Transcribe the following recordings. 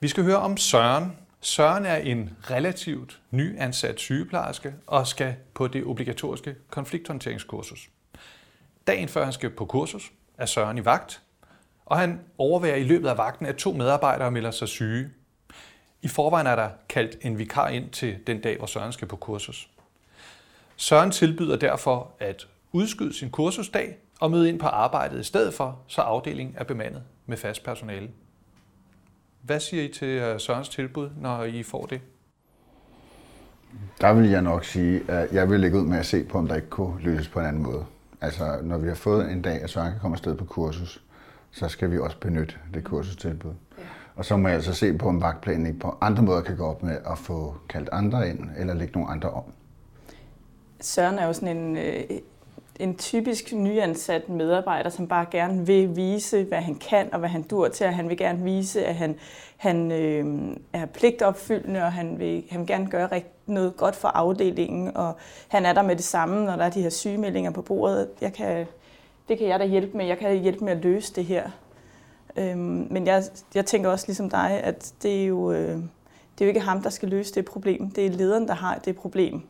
Vi skal høre om Søren. Søren er en relativt nyansat sygeplejerske og skal på det obligatoriske konflikthåndteringskursus. Dagen før han skal på kursus, er Søren i vagt, og han overværer i løbet af vagten, at 2 medarbejdere melder sig syge. I forvejen er der kaldt en vikar ind til den dag, hvor Søren skal på kursus. Søren tilbyder derfor at udskyde sin kursusdag og møde ind på arbejdet i stedet for, så afdelingen er bemandet med fast personale. Hvad siger I til Sørens tilbud, når I får det? Der vil jeg nok sige, at jeg vil lægge ud med at se på, om der ikke kunne løses på en anden måde. Altså, når vi har fået en dag, at Søren kan komme afsted på kursus, så skal vi også benytte det kursustilbud. Ja. Og så må jeg altså se på, om vagtplanen ikke på andre måder kan gå op med at få kaldt andre ind, eller lægge nogle andre om. Søren er jo sådan en typisk nyansat medarbejder, som bare gerne vil vise, hvad han kan og hvad han dur til. Han vil gerne vise, at han er pligtopfyldende, og han vil gerne gøre noget godt for afdelingen. Og han er der med det samme, når der er de her sygemeldinger på bordet. Det kan jeg da hjælpe med. Jeg kan hjælpe med at løse det her. Men jeg tænker også ligesom dig, at det er jo ikke ham, der skal løse det problem. Det er lederen, der har det problem.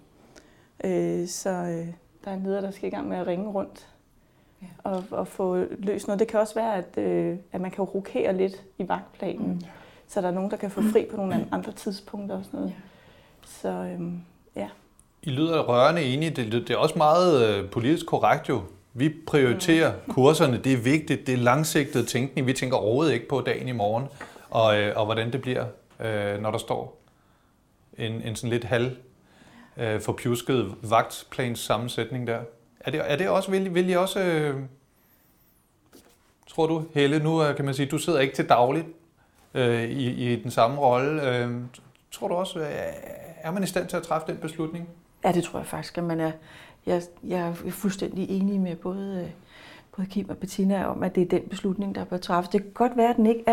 Der er en leder, der skal i gang med at ringe rundt og få løst noget. Det kan også være, at man kan rokere lidt i vagtplanen, så der er nogen, der kan få fri på nogle andre tidspunkter og sådan noget. Så ja. I lyder rørende enige. Det er også meget politisk korrekt jo. Vi prioriterer kurserne, det er vigtigt, det er langsigtet tænkning. Vi tænker overhovedet ikke på dagen i morgen, og hvordan det bliver, når der står en sådan lidt forpjusket vagtplans sammensætning der. Er det også, vil I også, tror du, Helle, nu kan man sige, du sidder ikke til dagligt i den samme rolle. Tror du også, er man i stand til at træffe den beslutning? Ja, det tror jeg faktisk, at man er. Jeg er fuldstændig enig med både Kim og Bettina om, at det er den beslutning, der bør træffes. Det kan godt være, at den ikke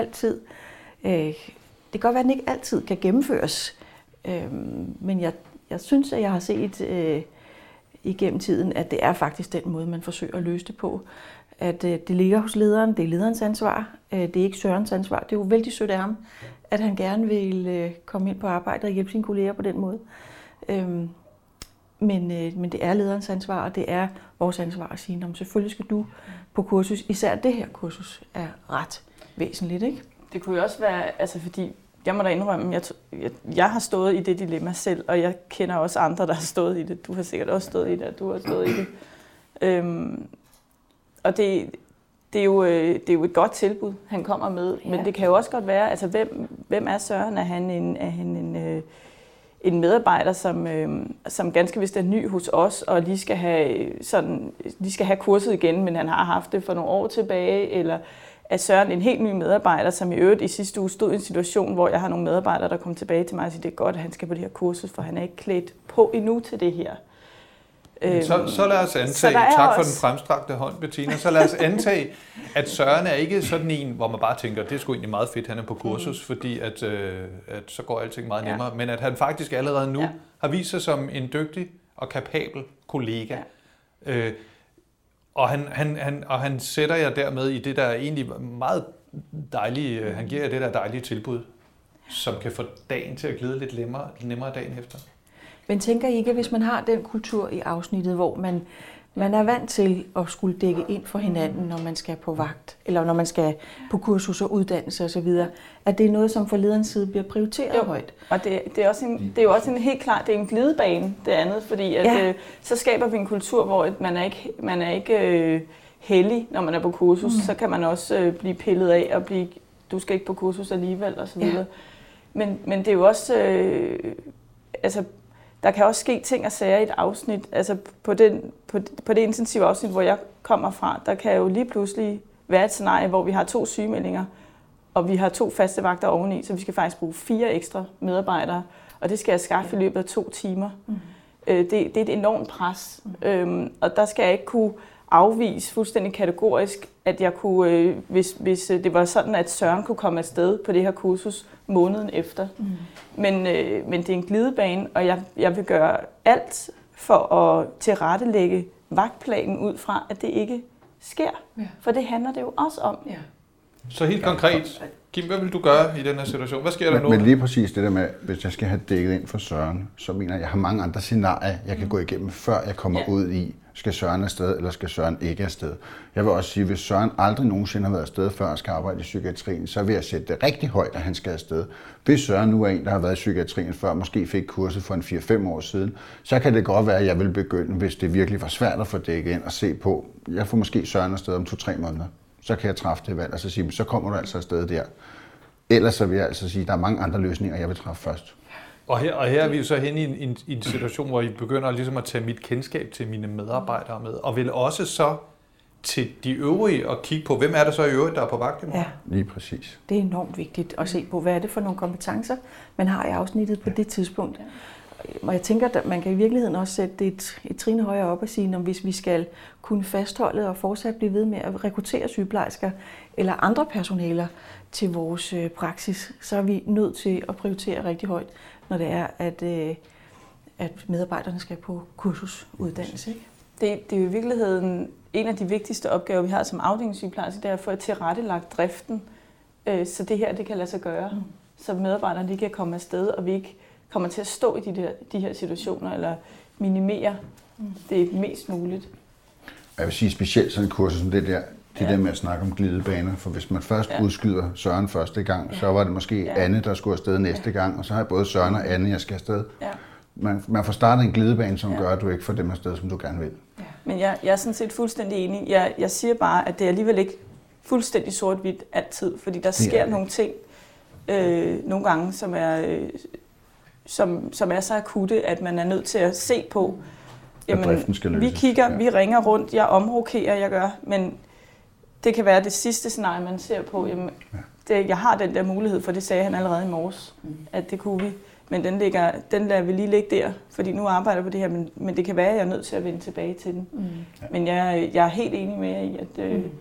altid, kan gennemføres, men jeg synes, at jeg har set igennem tiden, at det er faktisk den måde, man forsøger at løse det på. At det ligger hos lederen, det er lederens ansvar, det er ikke Sørens ansvar. Det er jo vældig sødt af ham, at han gerne vil komme ind på arbejde og hjælpe sine kolleger på den måde. Men det er lederens ansvar, og det er vores ansvar at sige, at selvfølgelig skal du på kursus. Især det her kursus er ret væsentligt, ikke? Det kunne jo også være, altså fordi jeg må da indrømme, jeg har stået i det dilemma selv, og jeg kender også andre, der har stået i det. Du har sikkert også stået i det, og du har stået i det. Og det er jo et godt tilbud, han kommer med, men det kan jo også godt være, altså hvem er Søren? Er han en medarbejder, som ganske vist er ny hos os, og lige skal have kurset igen, men han har haft det for nogle år tilbage, eller er Søren en helt ny medarbejder, som i øvrigt i sidste uge stod i en situation, hvor jeg har nogle medarbejdere, der kom tilbage til mig og siger, det er godt, at han skal på det her kursus, for han er ikke klædt på endnu til det her. Så lad os antage, tak for den fremstrakte hånd, Bettina, så lad os antage, at Søren er ikke sådan en, hvor man bare tænker, det er sgu egentlig meget fedt, han er på kursus, fordi at så går alting meget nemmere, men at han faktisk allerede nu har vist sig som en dygtig og kapabel kollega. Ja. Og han sætter jer dermed i det der egentlig meget dejlige, han giver jer det der dejlige tilbud, som kan få dagen til at glide lidt nemmere dagen efter. Men tænker I ikke, at hvis man har den kultur i afsnittet, hvor man er vant til at skulle dække ind for hinanden, når man skal på vagt, eller når man skal på kursus og uddannelse osv., at det er noget, som fra lederens side bliver prioriteret højt? Og det er jo også en helt klart, det er en glidebane, det andet, fordi at, så skaber vi en kultur, hvor man er ikke hellig, når man er på kursus, så kan man også blive pillet af og du skal ikke på kursus alligevel osv. Ja. Men det er jo også, der kan også ske ting og sager i et afsnit. Altså på det intensive afsnit, hvor jeg kommer fra, der kan jo lige pludselig være et scenarie, hvor vi har 2 sygemeldinger, og vi har 2 faste vagter oveni, så vi skal faktisk bruge 4 ekstra medarbejdere, og det skal jeg skaffe i løbet af 2 timer. Det er et enormt pres, og der skal jeg ikke kunne afvise fuldstændig kategorisk, at jeg kunne, hvis det var sådan, at Søren kunne komme afsted på det her kursus måneden efter. Men det er en glidebane, og jeg vil gøre alt for at tilrettelægge vagtplanen ud fra, at det ikke sker. Ja. For det handler det jo også om. Ja. Så helt konkret, Kim, hvad vil du gøre i den her situation? Hvad sker der nu? Men lige præcis det der med, hvis jeg skal have dækket ind for Søren, så mener jeg har mange andre scenarier, jeg kan gå igennem, før jeg kommer ud i, skal Søren afsted, eller skal Søren ikke afsted. Jeg vil også sige, hvis Søren aldrig nogensinde har været afsted, før han skal arbejde i psykiatrien, så vil jeg sætte det rigtig højt, at han skal afsted. Hvis Søren nu er en, der har været i psykiatrien før, måske fik kurset for en 4-5 år siden, så kan det godt være, at jeg vil begynde, hvis det virkelig var svært at få dækket ind og se på. Jeg får måske Søren afsted om 2-3 måneder. Så kan jeg træffe det valg, og så sige, så kommer du altså afsted der. Ellers så vil jeg altså sige, at der er mange andre løsninger, jeg vil træffe først. Og her er vi jo så hen i en situation, hvor I begynder ligesom at tage mit kendskab til mine medarbejdere med, og vil også så til de øvrige og kigge på, hvem er der så i øvrigt, der er på vagt i morgen? Ja. Lige præcis. Det er enormt vigtigt at se på, hvad er det for nogle kompetencer, man har i afsnittet på det tidspunkt. Og jeg tænker, at man kan i virkeligheden også sætte det et trin højere op og sige, at hvis vi skal kunne fastholde og fortsat blive ved med at rekruttere sygeplejersker eller andre personaler til vores praksis, så er vi nødt til at prioritere rigtig højt, når det er, at medarbejderne skal på kursusuddannelse. Ikke? Det er jo i virkeligheden en af de vigtigste opgaver, vi har som afdelingssygeplejerske, det er at få tilrettelagt driften, så det her det kan lade sig gøre, så medarbejderne kan komme afsted, og vi ikke kommer til at stå i de her situationer, eller minimere det mest muligt. Jeg vil sige specielt sådan en kursus som det der med at snakke om glidebaner, for hvis man først udskyder Søren første gang, så var det måske Anne, der skulle afsted næste gang, og så har jeg både Søren og Anne, jeg skal afsted. Ja. Man får startet en glidebane, som gør, at du ikke får dem afsted, som du gerne vil. Ja. Men jeg er sådan set fuldstændig enig. Jeg siger bare, at det er alligevel ikke fuldstændig sort-hvidt altid, fordi der sker nogle ting nogle gange, som er så akutte, at man er nødt til at se på, jamen, vi kigger, vi ringer rundt, jeg omrokerer, jeg gør, men det kan være det sidste scenarie, man ser på. Jamen, jeg har den der mulighed, for det sagde han allerede i morges, at det kunne vi. Men den lader vi lige ligge der, fordi nu arbejder jeg på det her, men det kan være, at jeg er nødt til at vende tilbage til den. Men jeg er helt enig med jer i, at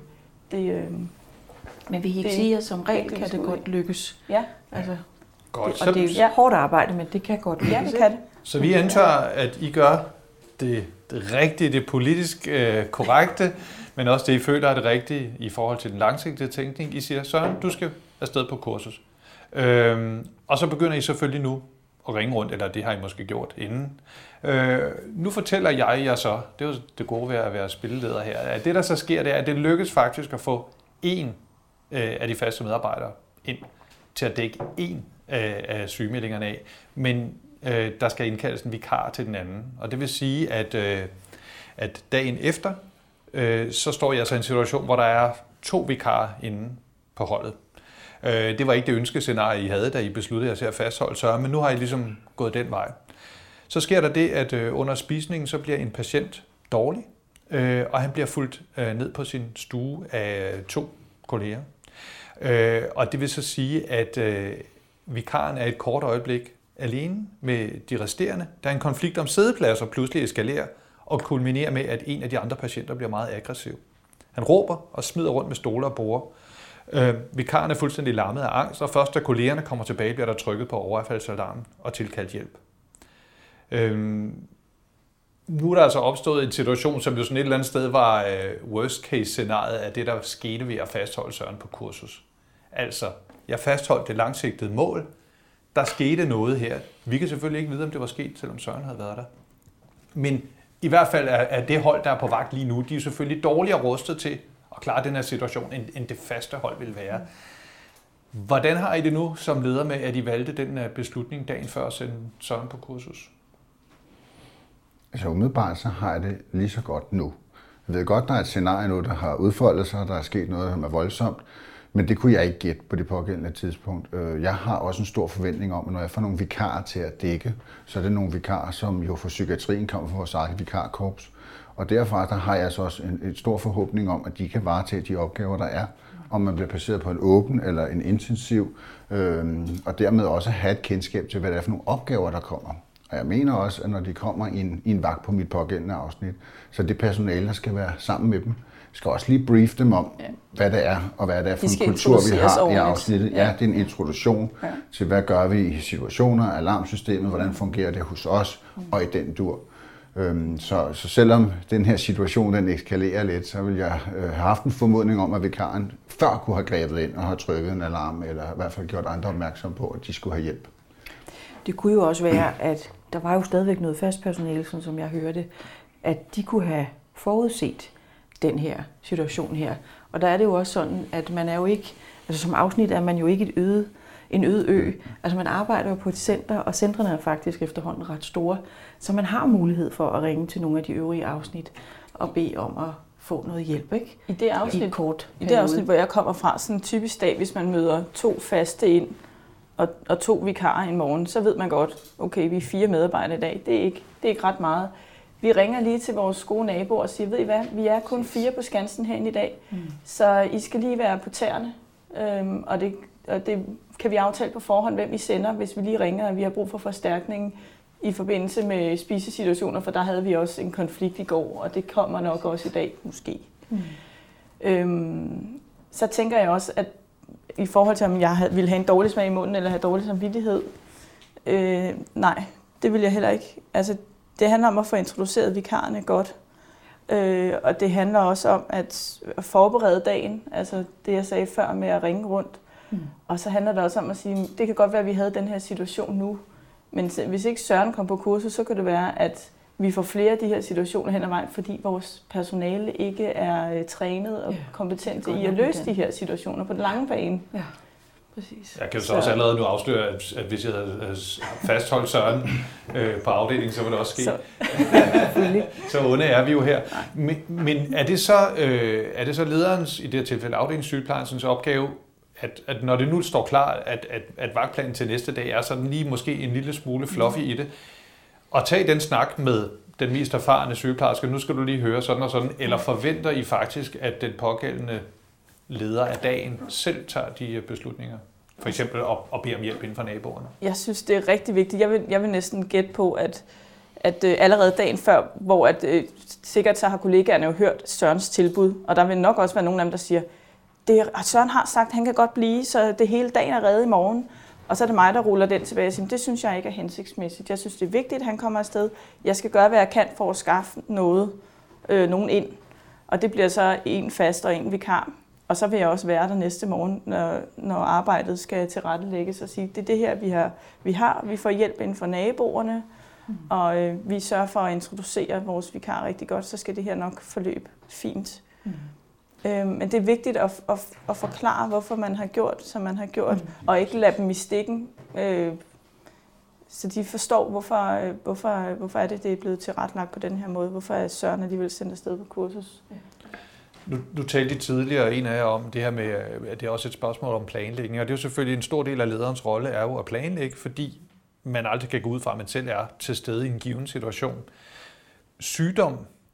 men vi kan ikke sige, at som regel kan det godt lykkes. Ja. Altså, godt. Og det er jo hårdt arbejde, men det kan godt lykkes. Ja, det kan det. Så vi antager, at I gør det rigtige, det politisk korrekte, men også det, I føler er det rigtige i forhold til den langsigtede tænkning. I siger, Søren, du skal afsted på kursus. Og så begynder I selvfølgelig nu at ringe rundt, eller det har I måske gjort inden. Nu fortæller jeg jer så, det er jo det gode ved at være spilleleder her, at det der så sker, det er, at det lykkes faktisk at få en af de faste medarbejdere ind til at dække en af sygemeldingerne af, men der skal indkaldes en vikar til den anden. Og det vil sige, at dagen efter, så står jeg altså i en situation, hvor der er 2 vikarer inde på holdet. Det var ikke det ønskescenarie, I havde, da I besluttede jer til at fastholde Søren, men nu har I ligesom gået den vej. Så sker der det, at under spisningen, så bliver en patient dårlig, og han bliver fulgt ned på sin stue af 2 kolleger. Og det vil så sige, at vikaren er et kort øjeblik alene med de resterende. Der er en konflikt om sædepladser pludselig eskalerer og kulminerer med, at en af de andre patienter bliver meget aggressiv. Han råber og smider rundt med stoler og borde. Vikaren er fuldstændig lammet af angst, og først da kollegerne kommer tilbage, bliver der trykket på overfaldsalarmen og tilkaldt hjælp. Nu er der altså opstået en situation, som jo sådan et eller andet sted var worst case scenariet af det, der skete ved at fastholde Søren på kursus. Altså, jeg fastholdt det langsigtede mål. Der skete noget her. Vi kan selvfølgelig ikke vide, om det var sket, selvom Søren havde været der. Men i hvert fald er det hold, der er på vagt lige nu, de er selvfølgelig dårligere rustet til at klare den her situation, end det faste hold vil være. Hvordan har I det nu som leder med, at I valgte den beslutning dagen før at sende Søren på kursus? Altså umiddelbart så har jeg det lige så godt nu. Jeg ved godt, der er et scenarie nu, der har udfoldet sig, der er sket noget, som er voldsomt, men det kunne jeg ikke gætte på det pågældende tidspunkt. Jeg har også en stor forventning om, at når jeg får nogle vikarer til at dække, så er det nogle vikarer, som jo for psykiatrien kommer fra vores eget vikarkorps. Og derfra der har jeg altså også en stor forhåbning om, at de kan varetage de opgaver, der er. Om man bliver placeret på en åben eller en intensiv, og dermed også have et kendskab til, hvad det er for nogle opgaver, der kommer. Og jeg mener også, at når de kommer i en vagt på mit pågældende afsnit, så det personale, der skal være sammen med dem, skal også lige brief dem om, hvad det er, og hvad det er for en kultur, vi har i afsnittet. Ja, det er en introduktion til, hvad gør vi i situationer, alarmsystemet, hvordan fungerer det hos os, og i den dur. Så selvom den her situation den eskalerer lidt, så vil jeg have haft en formodning om, at vikaren før kunne have grebet ind og have trykket en alarm, eller i hvert fald gjort andre opmærksom på, at de skulle have hjælp. Det kunne jo også være, at der var jo stadigvæk noget fast personale, sådan som jeg hørte, at de kunne have forudset den her situation her. Og der er det jo også sådan, at man er jo ikke, altså som afsnit er man jo ikke en øde ø. Altså man arbejder jo på et center, og centrene er faktisk efterhånden ret store, så man har mulighed for at ringe til nogle af de øvrige afsnit og bede om at få noget hjælp, ikke? I det afsnit, hvor jeg kommer fra, sådan en typisk dag, hvis man møder 2 faste ind og 2 vikarer en morgen, så ved man godt, okay, vi er 4 medarbejdere i dag. Det er ikke ret meget. Vi ringer lige til vores gode naboer og siger, ved I hvad, vi er kun 4 på Skansen herinde i dag, så I skal lige være på tæerne, og det kan vi aftale på forhånd, hvem I sender, hvis vi lige ringer, og vi har brug for forstærkning i forbindelse med spisesituationer, for der havde vi også en konflikt i går, og det kommer nok også i dag, måske. Så tænker jeg også, at i forhold til, om jeg ville have en dårlig smag i munden, eller have dårlig samvittighed, nej, det vil jeg heller ikke. Altså, det handler om at få introduceret vikarerne godt, og det handler også om at forberede dagen, altså det jeg sagde før med at ringe rundt. Og så handler det også om at sige, det kan godt være, at vi havde den her situation nu, men hvis ikke Søren kom på kursus, så kan det være, at vi får flere af de her situationer hen ad vejen, fordi vores personale ikke er trænet og kompetente i at løse de her situationer på den lange bane. Ja, præcis. Jeg kan jo så også allerede nu afsløre, at hvis jeg havde fastholdt Søren på afdelingen, så ville det også ske. Så onde er vi jo her. Men er det så lederens, i det her tilfælde afdelingssygeplejerskens opgave, at når det nu står klart, at vagtplanen til næste dag er sådan lige måske en lille smule fluffy i det, og tage den snak med den mest erfarne sygeplejerske, nu skal du lige høre sådan og sådan, eller forventer I faktisk, at den pågældende leder af dagen selv tager de beslutninger? For eksempel at bede om hjælp inden for naboerne? Jeg synes, det er rigtig vigtigt. Jeg vil næsten gætte på, at allerede dagen før, hvor sikkert så har kollegaerne jo hørt Sørens tilbud, og der vil nok også være nogle af dem, der siger, Søren har sagt, at han kan godt blive, så det hele dagen er reddet i morgen. Og så er det mig, der ruller den tilbage og siger, det synes jeg ikke er hensigtsmæssigt. Jeg synes, det er vigtigt, at han kommer afsted. Jeg skal gøre, hvad jeg kan for at skaffe nogen ind. Og det bliver så en fast og en vikar. Og så vil jeg også være der næste morgen, når arbejdet skal tilrettelægges og sige, det er det her, vi får hjælp inden for naboerne, og vi sørger for at introducere vores vikar rigtig godt, så skal det her nok forløbe fint. Men det er vigtigt at forklare, hvorfor man har gjort, som man har gjort, og ikke lade dem i stikken, så de forstår, hvorfor er det er blevet tilrettelagt på den her måde. Hvorfor er Søren alligevel sendt afsted på kursus? Du talte tidligere en af jer om det her med, at det er også et spørgsmål om planlægning, og det er jo selvfølgelig en stor del af lederens rolle er jo at planlægge, fordi man aldrig kan gå ud fra, at man selv er til stede i en given situation. Sygdom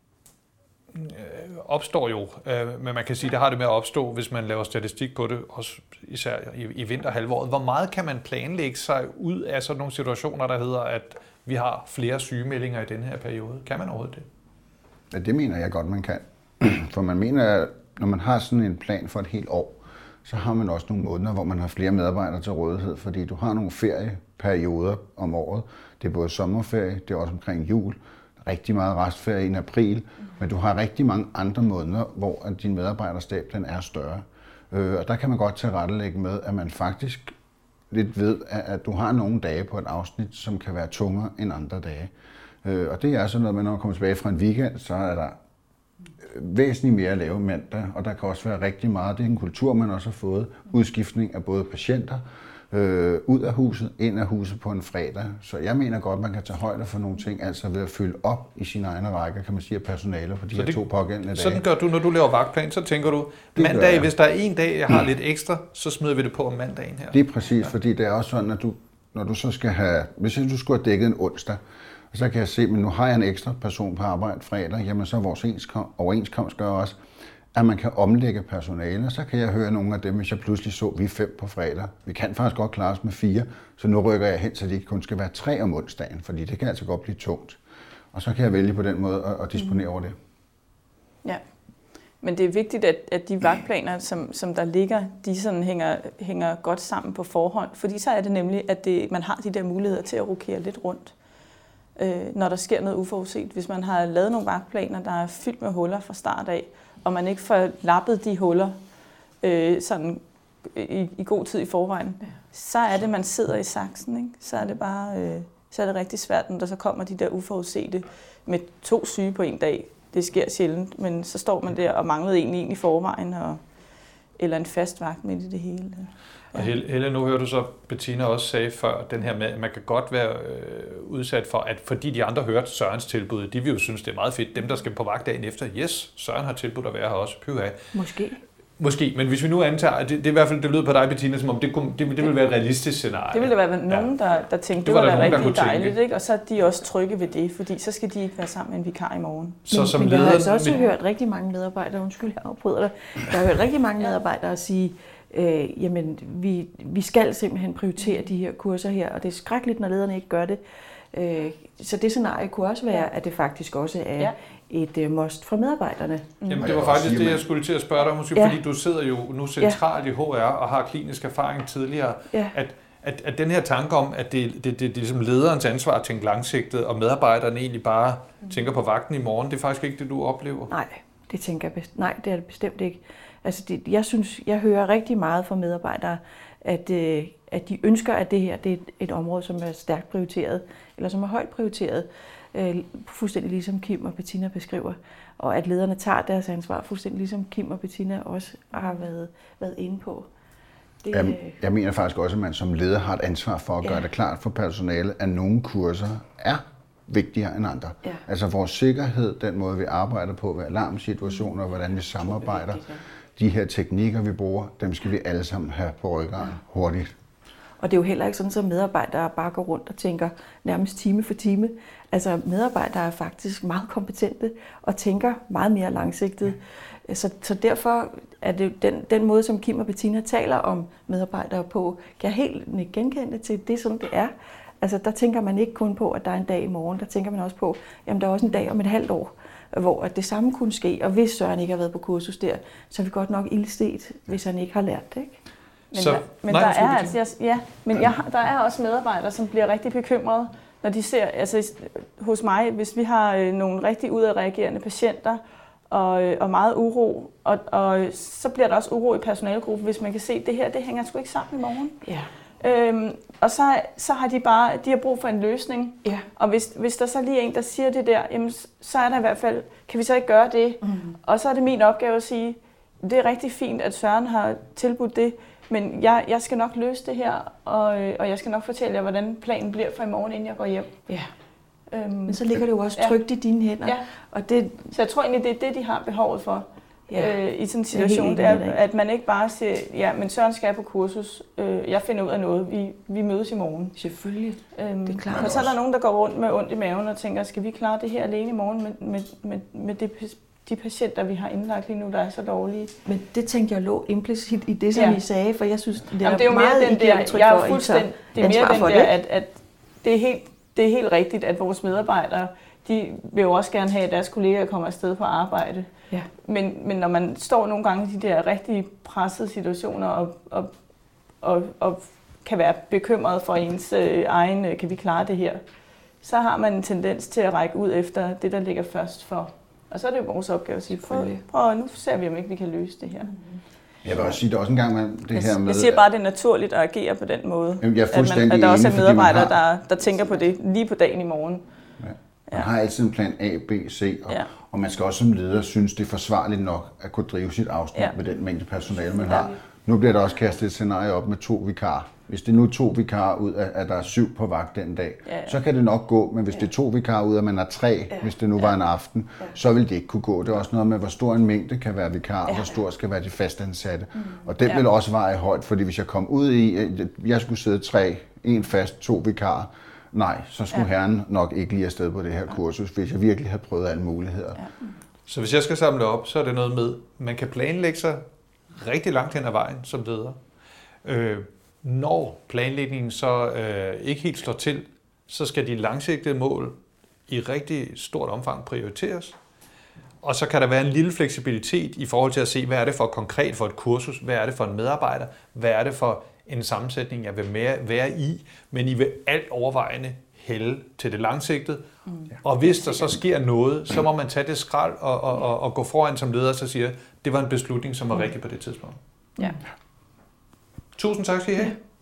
opstår jo, men man kan sige, at det har det med at opstå, hvis man laver statistik på det, også især i vinterhalvåret. Hvor meget kan man planlægge sig ud af sådan nogle situationer, der hedder, at vi har flere sygemeldinger i denne her periode? Kan man overhovedet det? Ja, det mener jeg godt, man kan. For man mener, at når man har sådan en plan for et helt år, så har man også nogle måneder, hvor man har flere medarbejdere til rådighed, fordi du har nogle ferieperioder om året. Det er både sommerferie, det er også omkring jul, rigtig meget restferie i april, men du har rigtig mange andre måneder, hvor din medarbejderstab den er større. Og der kan man godt tilrettelægge med, at man faktisk lidt ved, at du har nogle dage på et afsnit, som kan være tungere end andre dage. Og det er sådan noget, når man kommer tilbage fra en weekend, så er der væsentligt mere at lave mandag, og der kan også være rigtig meget. Det er en kultur, man også har fået. Udskiftning af både patienter, ud af huset, ind af huset på en fredag. Så jeg mener godt, man kan tage højde for nogle ting, altså ved at fylde op i sine egne rækker, kan man sige, personaler på de her 2 pågældende dage. Sådan gør du, når du laver vagtplan, så tænker du, mandag, hvis der er en dag, jeg har lidt ekstra, så smider vi det på om mandagen her. Det er præcis, fordi det er også sådan, at når du så skal have, hvis du skulle have dækket en onsdag, så kan jeg se, men nu har jeg en ekstra person på arbejde fredag, jamen så vores overenskomst gør også, at man kan omlægge personale, så kan jeg høre nogle af dem, hvis jeg pludselig så, vi er 5 på fredag. Vi kan faktisk godt klare os med 4, så nu rykker jeg hen, så det kun skal være 3 om onsdagen, fordi det kan altså godt blive tungt. Og så kan jeg vælge på den måde at disponere over det. Ja, men det er vigtigt, at de vagtplaner, som der ligger, de sådan hænger godt sammen på forhånd, fordi så er det nemlig, at man har de der muligheder til at rokere lidt rundt. når der sker noget uforudset. Hvis man har lavet nogle vagtplaner, der er fyldt med huller fra start af, og man ikke får lappet de huller sådan i god tid i forvejen, så er det, man sidder i saksen. Ikke? Så er det bare så er det rigtig svært, når der så kommer de der uforudsete med 2 syge på en dag. Det sker sjældent, men så står man der og mangler en i forvejen, eller en fast vagt midt i det hele. Ja. Og Helle, nu hører du så, Bettina også sagde før, den her med, at man kan godt være udsat for, at fordi de andre hørte Sørens tilbud, de vil jo synes, det er meget fedt. Dem, der skal på vagt dagen efter, yes, Søren har tilbudt at være her også. Pyha. Måske, men hvis vi nu antager, at det er i hvert fald, det lyder på dig, Bettina, som om det ville være et realistisk scenarie. Det ville være nogen, der tænkte, det var da rigtig dejligt, ikke? Og så er de også trygge ved det, fordi så skal de ikke være sammen med en vikar i morgen. Men jeg har altså også hørt rigtig mange medarbejdere, undskyld, jeg afbryder dig, jeg har hørt rigtig mange medarbejdere sige, jamen, vi skal simpelthen prioritere de her kurser her, og det er skrækkeligt, når lederne ikke gør det. Så det scenarie kunne også være, at det faktisk også er et must for medarbejderne. Jamen, det var faktisk det, jeg skulle til at spørge dig, måske, fordi du sidder jo nu centralt i HR og har klinisk erfaring tidligere, at den her tanke om, at det er ligesom lederens ansvar at tænke langsigtet, og medarbejderne egentlig bare tænker på vagten i morgen, det er faktisk ikke det, du oplever? Nej, det det er det bestemt ikke. Altså, jeg hører rigtig meget fra medarbejdere, at de ønsker, at det her det er et område, som er stærkt prioriteret, eller som er højt prioriteret, fuldstændig ligesom Kim og Bettina beskriver, og at lederne tager deres ansvar, fuldstændig ligesom Kim og Bettina også har været inde på. Jeg mener faktisk også, at man som leder har et ansvar for at gøre det klart for personalet, at nogle kurser er vigtigere end andre. Ja. Altså vores sikkerhed, den måde vi arbejder på ved alarmsituationer, hvordan vi samarbejder, de her teknikker, vi bruger, dem skal vi alle sammen have på ryggen hurtigt. Og det er jo heller ikke sådan, at medarbejdere bare går rundt og tænker nærmest time for time. Altså medarbejdere er faktisk meget kompetente og tænker meget mere langsigtet. Så derfor er det den måde, som Kim og Bettina taler om medarbejdere på, kan jeg helt genkende til det, som det er. Altså der tænker man ikke kun på, at der er en dag i morgen, der tænker man også på, at der er også en dag om et halvt år, hvor det samme kunne ske. Og hvis Søren ikke har været på kursus der, så er vi godt nok ildstedt, hvis han ikke har lært det. Ikke? Der er også medarbejdere, som bliver rigtig bekymrede, når de ser, altså hos mig, hvis vi har nogle rigtig udadreagerende patienter og meget uro, og så bliver der også uro i personalegruppen, hvis man kan se, at det her, det hænger sgu ikke sammen i morgen. Ja. Og så har de har brug for en løsning. Ja. Og hvis der så lige er en, der siger det der, jamen, så er der i hvert fald, kan vi så ikke gøre det? Mm-hmm. Og så er det min opgave at sige, det er rigtig fint, at Søren har tilbudt det, men jeg skal nok løse det her, og jeg skal nok fortælle jer, hvordan planen bliver for i morgen, inden jeg går hjem. Ja. Men så ligger det jo også trygt i dine hænder. Ja. Og så jeg tror egentlig, det er det, de har behovet for i sådan en situation. Det er, at man ikke bare siger, ja, men Søren skal på kursus, jeg finder ud af noget, vi mødes i morgen. Selvfølgelig, det er klart. Og så er der nogen, der går rundt med ondt i maven og tænker, skal vi klare det her alene i morgen med de patienter, vi har indlagt lige nu, der er så dårlige. Men det tænkte jeg lå implicit i det, som I sagde, for jeg synes, det er jo meget mere den der, jeg er fuldstændig, det er mere den der, at det er helt rigtigt, at vores medarbejdere, de vil jo også gerne have, at deres kollegaer kommer afsted på arbejde. Ja. Men når man står nogle gange i de der rigtig pressede situationer og kan være bekymret for ens egen, kan vi klare det her, så har man en tendens til at række ud efter det, der ligger først for. Og så er det jo vores opgave at sige, prøv nu ser vi, om ikke vi kan løse det her. Jeg vil også sige, at der også en gang med det her med... Jeg siger bare, at det er naturligt at agere på den måde. Jamen, jeg er fuldstændig at der også er medarbejdere, der tænker på det lige på dagen i morgen. Ja. Man har altid en plan A, B, C, og man skal også som leder synes, det er forsvarligt nok at kunne drive sit afsnit med den mængde personale, man har. Nu bliver der også kastet et scenarie op med 2 vikarer. Hvis det nu er 2 vikarer ud af, at der er 7 på vagt den dag, så kan det nok gå, men hvis det er 2 vikarer ud af, at man er 3, hvis det nu var en aften, så vil det ikke kunne gå. Det er også noget med, hvor stor en mængde kan være vikarer, og hvor stor skal være de fastansatte. Og det vil også veje højt, fordi hvis jeg kom ud i, at jeg skulle sidde 3, 1 fast, 2 vikarer, nej, så skulle herren nok ikke lige afsted på det her kursus, hvis jeg virkelig havde prøvet alle muligheder. Ja. Så hvis jeg skal samle op, så er det noget med, man kan planlægge sig rigtig langt hen ad vejen som leder. Når planlægningen så ikke helt slår til, så skal de langsigtede mål i rigtig stort omfang prioriteres. Og så kan der være en lille fleksibilitet i forhold til at se, hvad er det for konkret for et kursus, hvad er det for en medarbejder, hvad er det for en sammensætning, jeg vil være i, men I vil alt overvejende hælde til det langsigtede. Og hvis der så sker noget, så må man tage det skrald og gå foran som leder og så sige, det var en beslutning, som var rigtig på det tidspunkt. Ja. Tusind tak skal I have.